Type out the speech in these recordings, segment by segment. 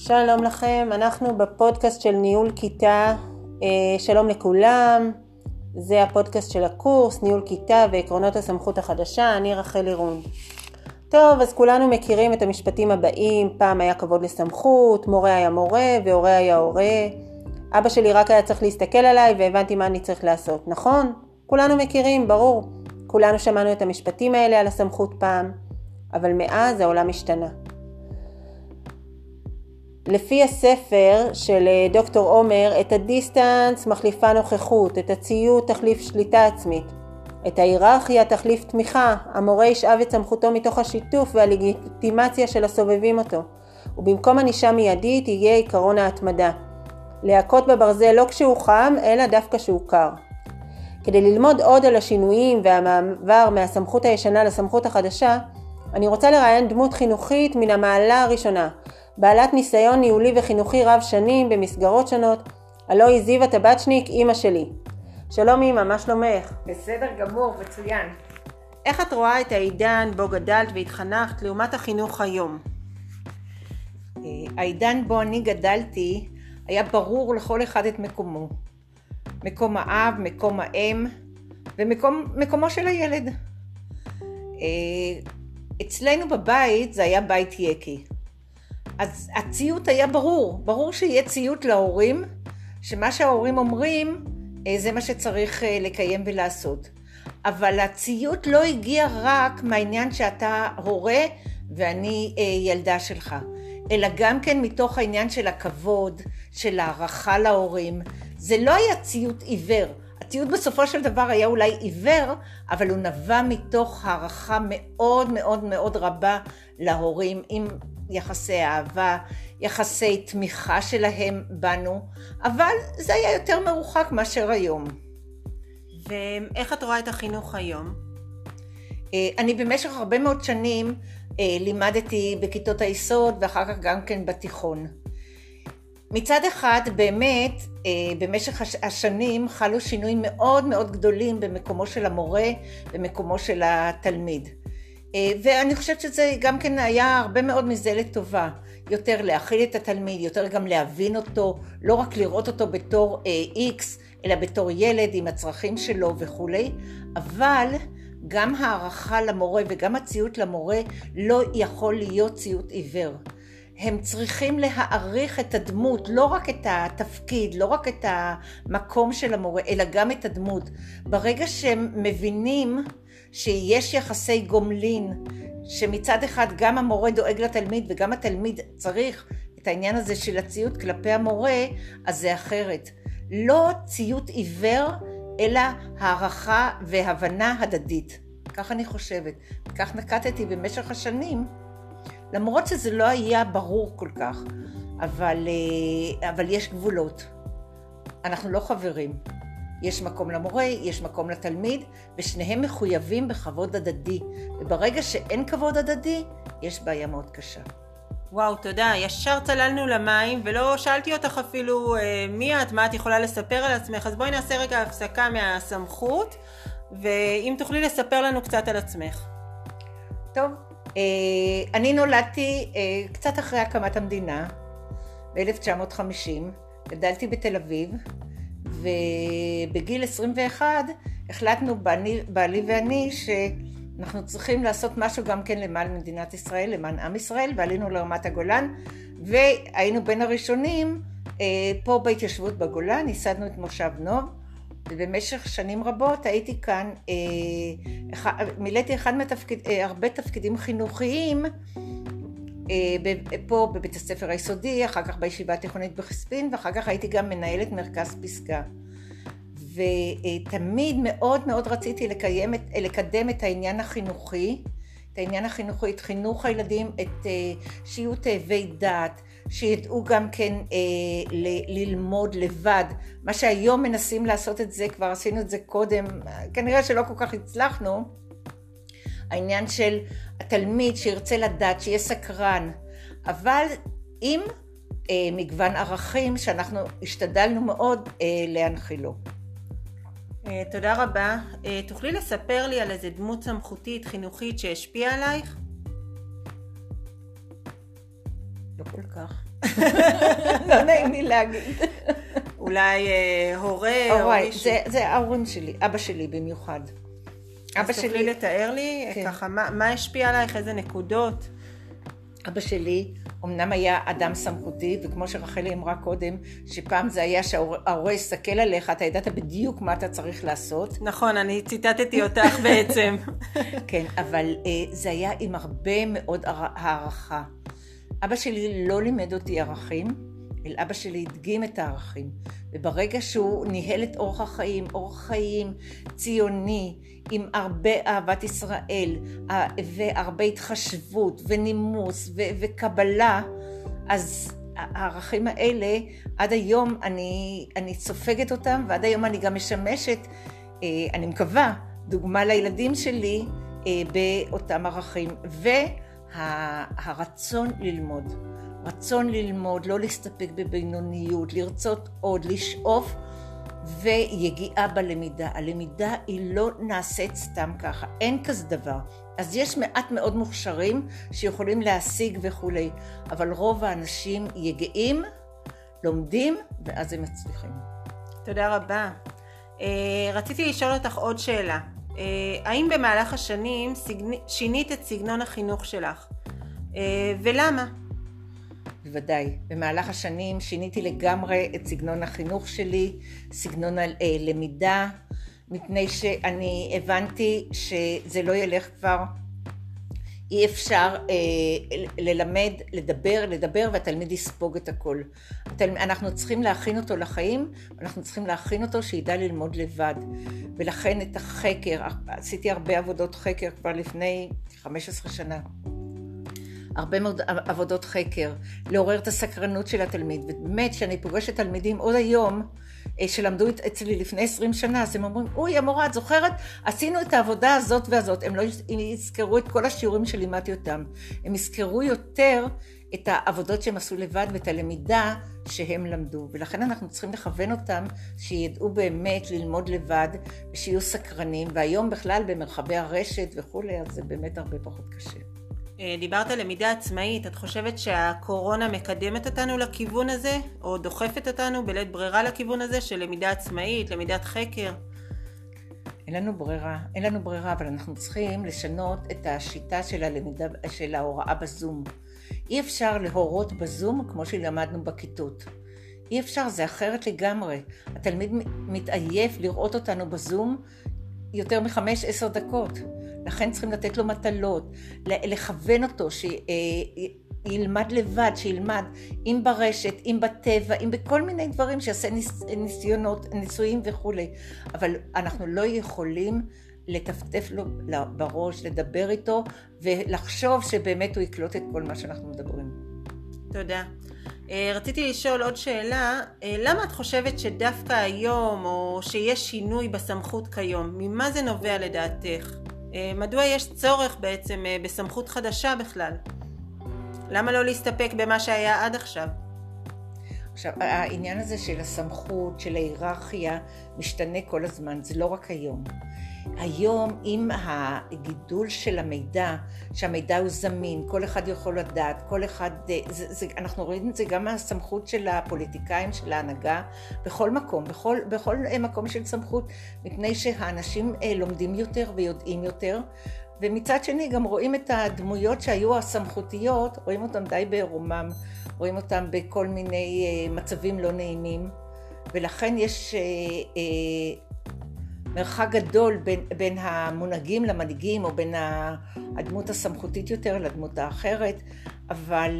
שלום לכם, אנחנו בפודקאסט של ניהול כיתה. שלום לכולם, זה הפודקאסט של הקורס ניהול כיתה ועקרונות הסמכות החדשה. אני רחל לירון. טוב, אז כולנו מכירים את המשפטים הבאים. פעם היה כבוד לסמכות, מורה היה מורה והורה היה הורה. אבא שלי רק היה צריך להסתכל עליי והבנתי מה אני צריך לעשות, נכון? כולנו מכירים, ברור. כולנו שמענו את המשפטים האלה על הסמכות פעם, אבל מאז העולם השתנה. לפי הספר של דוקטור עומר, את הדיסטנס מחליפה נוכחות, את הציות תחליף שליטה עצמית, את ההיררכיה תחליף תמיכה, המורה ישאב את סמכותו מתוך השיתוף והלגיטימציה של הסובבים אותו, ובמקום ענישה מיידית יהיה עיקרון ההתמדה. להכות בברזל לא כשהוא חם, אלא דווקא כשהוא קר. כדי ללמוד עוד על השינויים והמעבר מהסמכות הישנה לסמכות החדשה, אני רוצה לראיין דמות חינוכית מן המעלה הראשונה, בעלת ניסיון ניהולי וחינוכי רב שנים במסגרות שונות, הלוא היא זיווה טבצ'ניק, אמא שלי. שלום אמא, מה שלומך? בסדר גמור, מצוין. איך את רואה את העידן בו גדלת והתחנכת לעומת החינוך היום? העידן בו אני גדלתי היה ברור לכל אחד את מקומו. מקום האב, מקום האם ומקומו של הילד. אצלנו בבית זה היה בית יקי. אז הציות היה ברור שיהיה ציות להורים, שמה שההורים אומרים זה מה שצריך לקיים ולעשות. אבל הציות לא הגיע רק מהעניין שאתה הורה ואני ילדה שלך, אלא גם כן מתוך העניין של הכבוד, של הערכה להורים. זה לא היה ציות עיוור. הציות בסופו של דבר היה אולי עיוור, אבל הוא נבע מתוך הערכה מאוד מאוד מאוד רבה להורים, עם יחסי אהבה, יחסי תמיכה שלהם בנו, אבל זה היה יותר מרוחק מאשר היום. ואיך את רואה את החינוך היום? אני במשך הרבה מאוד שנים לימדתי בכיתות היסוד ואחר כך גם כן בתיכון. מצד אחד באמת במשך השנים חלו שינויים מאוד מאוד גדולים במקומו של המורה ומקומו של התלמיד. ואני חושבת שזה גם כן היה הרבה מאוד מזה לטובה, יותר להכיל את התלמיד, יותר גם להבין אותו, לא רק לראות אותו בתור X, אלא בתור ילד עם הצרכים שלו וכו'. אבל גם הערכה למורה וגם הציות למורה לא יכול להיות ציות עיוור. הם צריכים להעריך את הדמות, לא רק את התפקיד, לא רק את המקום של המורה, אלא גם את הדמות. ברגע שהם מבינים שיש יחסי גומלין, שמצד אחד גם המורה דואג לתלמיד וגם התלמיד צריך את העניין הזה של הציות כלפי המורה, אז זה אחרת. לא ציות עיוור, אלא הערכה והבנה הדדית. כך אני חושבת. כך נקטתי במשך השנים, למרות שזה לא היה ברור כל כך, אבל יש גבולות. אנחנו לא חברים. יש מקום למורה, יש מקום לתלמיד, ושניהם מחויבים בכבוד הדדי. וברגע שאין כבוד הדדי, יש בעיה מאוד קשה. וואו, תודה. ישר צללנו למים, ולא שאלתי אותך אפילו מי את, מה את יכולה לספר על עצמך. אז בואי נעשה רגע הפסקה מהסמכות, ואם תוכלי לספר לנו קצת על עצמך. טוב, אני נולדתי קצת אחרי הקמת המדינה, ב-1950, גדלתי בתל אביב, ובגיל 21 החלטנו בעלי ואני שאנחנו צריכים לעשות משהו גם כן למען מדינת ישראל, למען עם ישראל, ועלינו לרמת הגולן, והיינו בין הראשונים פה בהתיישבות בגולן, ייסדנו את מושב נוב, ובמשך שנים רבות הייתי כאן, מילאתי הרבה תפקידים חינוכיים, פה בבית הספר היסודי, אחר כך בישיבה התיכונית בחספין, ואחר כך הייתי גם מנהלת מרכז פסגה. ותמיד מאוד מאוד רציתי לקדם את העניין החינוכי, את חינוך הילדים, שיהיו תאבי דעת, שידעו גם כן ללמוד לבד. מה שהיום מנסים לעשות את זה, כבר עשינו את זה קודם, כנראה שלא כל כך הצלחנו. העניין של התלמיד שירצה לדעת, שיהיה סקרן, אבל עם מגוון ערכים שאנחנו השתדלנו מאוד להנחילו. תודה רבה. תוכלי לספר לי על איזה דמות סמכותית חינוכית שהשפיעה עלייך? לא כל כך. לא נעים לי להגיד. אולי הורה או מישהו. זה ההורים שלי, אבא שלי במיוחד. אז תוכלי לתאר לי ככה, מה השפיע עלייך, איזה נקודות? אבא שלי אמנם היה אדם סמכותי, וכמו שרחלי אמרה קודם, שפעם זה היה שההורה יסתכל עליך, אתה ידעת בדיוק מה אתה צריך לעשות. נכון, אני ציטטתי אותך בעצם. כן, אבל זה היה עם הרבה מאוד הערכה. אבא שלי לא לימד אותי ערכים, אלא אבא שלי הדגים את הערכים. וברגע שהוא ניהל את אורח חיים ציוני, עם הרבה אהבת ישראל, והרבה התחשבות ונימוס וקבלה, אז הערכים האלה, עד היום אני סופגת אותם, ועד היום אני גם משמשת, אני מקווה, דוגמה לילדים שלי באותם ערכים. והרצון ללמוד. רצון ללמוד, לא להסתפק בבינוניות, לרצות עוד, לשאוף, ויגיעה בלמידה. הלמידה היא לא נעשית סתם ככה, אין כזה דבר. אז יש מעט מאוד מוכשרים שיכולים להשיג וכו', אבל רוב האנשים יגעים, לומדים, ואז הם מצליחים. תודה רבה. רציתי לשאול אותך עוד שאלה. האם במהלך השנים שינית את סגנון החינוך שלך? ולמה? בוודאי. במהלך השנים שיניתי לגמרי את סגנון החינוך שלי, סגנון הלמידה, מפני שאני הבנתי שזה לא ילך כבר. אי אפשר ללמד, לדבר, והתלמיד יספוג את הכל. אנחנו צריכים להכין אותו לחיים, אנחנו צריכים להכין אותו שידע ללמוד לבד. ולכן את החקר, עשיתי הרבה עבודות חקר כבר לפני 15 שנה. הרבה מאוד עבודות חקר, לעורר את הסקרנות של התלמיד. ובאמת, שאני פוגשת תלמידים עוד היום, שלמדו אצלי לפני 20 שנה, אז הם אומרים, אוי, המורה, את זוכרת? עשינו את העבודה הזאת והזאת. הם לא יזכרו את כל השיעורים שלימדתי אותם. הם יזכרו יותר את העבודות שהם עשו לבד ואת הלמידה שהם למדו. ולכן אנחנו צריכים לכוון אותם שידעו באמת ללמוד לבד ושיהיו סקרנים. והיום בכלל במרחבי הרשת וכו', אז זה באמת הרבה פחות קשה. דיברת על למידה עצמאית, את חושבת שהקורונה מקדמת אותנו לכיוון הזה, או דוחפת אותנו בלית ברירה לכיוון הזה של למידה עצמאית, למידת חקר? אין לנו ברירה, אבל אנחנו צריכים לשנות את השיטה של הלמידה, של ההוראה בזום. אי אפשר להורות בזום כמו שלמדנו בכיתות. אי אפשר, זה אחרת לגמרי. התלמיד מתעייף לראות אותנו בזום יותר מ5-10 דקות. לכן צריכים לתת לו מטלות, לכוון אותו, שילמד לבד, שילמד אם ברשת, אם בטבע, אם בכל מיני דברים, שיעשה ניסיונות, ניסויים וכו'. אבל אנחנו לא יכולים לטפטף לו בראש, לדבר איתו, ולחשוב שבאמת הוא יקלוט את כל מה שאנחנו מדברים. תודה. רציתי לשאול עוד שאלה, למה את חושבת שדווקא היום, או שיש שינוי בסמכות כיום, ממה זה נובע לדעתך? מדוע יש צורך בעצם בסמכות חדשה בכלל? למה לא להסתפק במה שהיה עד עכשיו? עכשיו, העניין הזה של הסמכות, של ההיררכיה, משתנה כל הזמן, זה לא רק היום. היום עם הגידול של המידע, שהמידע הוא זמין, כל אחד יכול לדעת, כל אחד, אנחנו רואים את זה גם מהסמכות של הפוליטיקאים, של ההנהגה, בכל מקום, בכל מקום של סמכות, מפני שהאנשים לומדים יותר ויודעים יותר, ומצד שני גם רואים את הדמויות שהיו הסמכותיות, רואים אותם די בעירומם, רואים אותם בכל מיני מצבים לא נעימים, ולכן יש מרחק גדול בין המונהגים למנהיגים, או בין הדמות הסמכותית יותר לדמות האחרת, אבל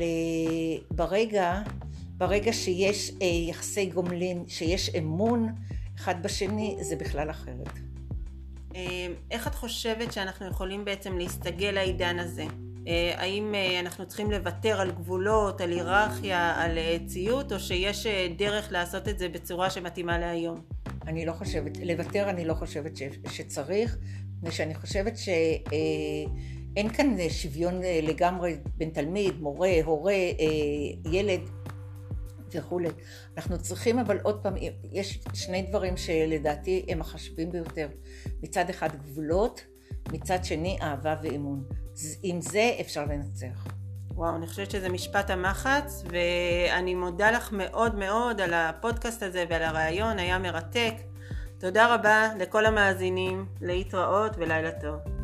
ברגע שיש יחסי גומלין, שיש אמון אחד בשני, זה בכלל אחרת. איך את חושבת שאנחנו יכולים בעצם להסתגל לעידן הזה? האם אנחנו צריכים לוותר על גבולות, על היררכיה, על ציות, או שיש דרך לעשות את זה בצורה שמתאימה להיום? אני לא חושבת שצריך, שאני חושבת שאין כאן שוויון לגמרי בין תלמיד, מורה, הורה, ילד וכו'. אנחנו צריכים, אבל עוד פעם, יש שני דברים שלדעתי הם החשובים ביותר. מצד אחד גבולות, מצד שני אהבה ואמון. עם זה אפשר לנצח. וואו, אני חושבת שזה משפט המחץ, ואני מודה לך מאוד מאוד על הפודקאסט הזה ועל הרעיון, היה מרתק. תודה רבה לכל המאזינים, להתראות ולילה טוב.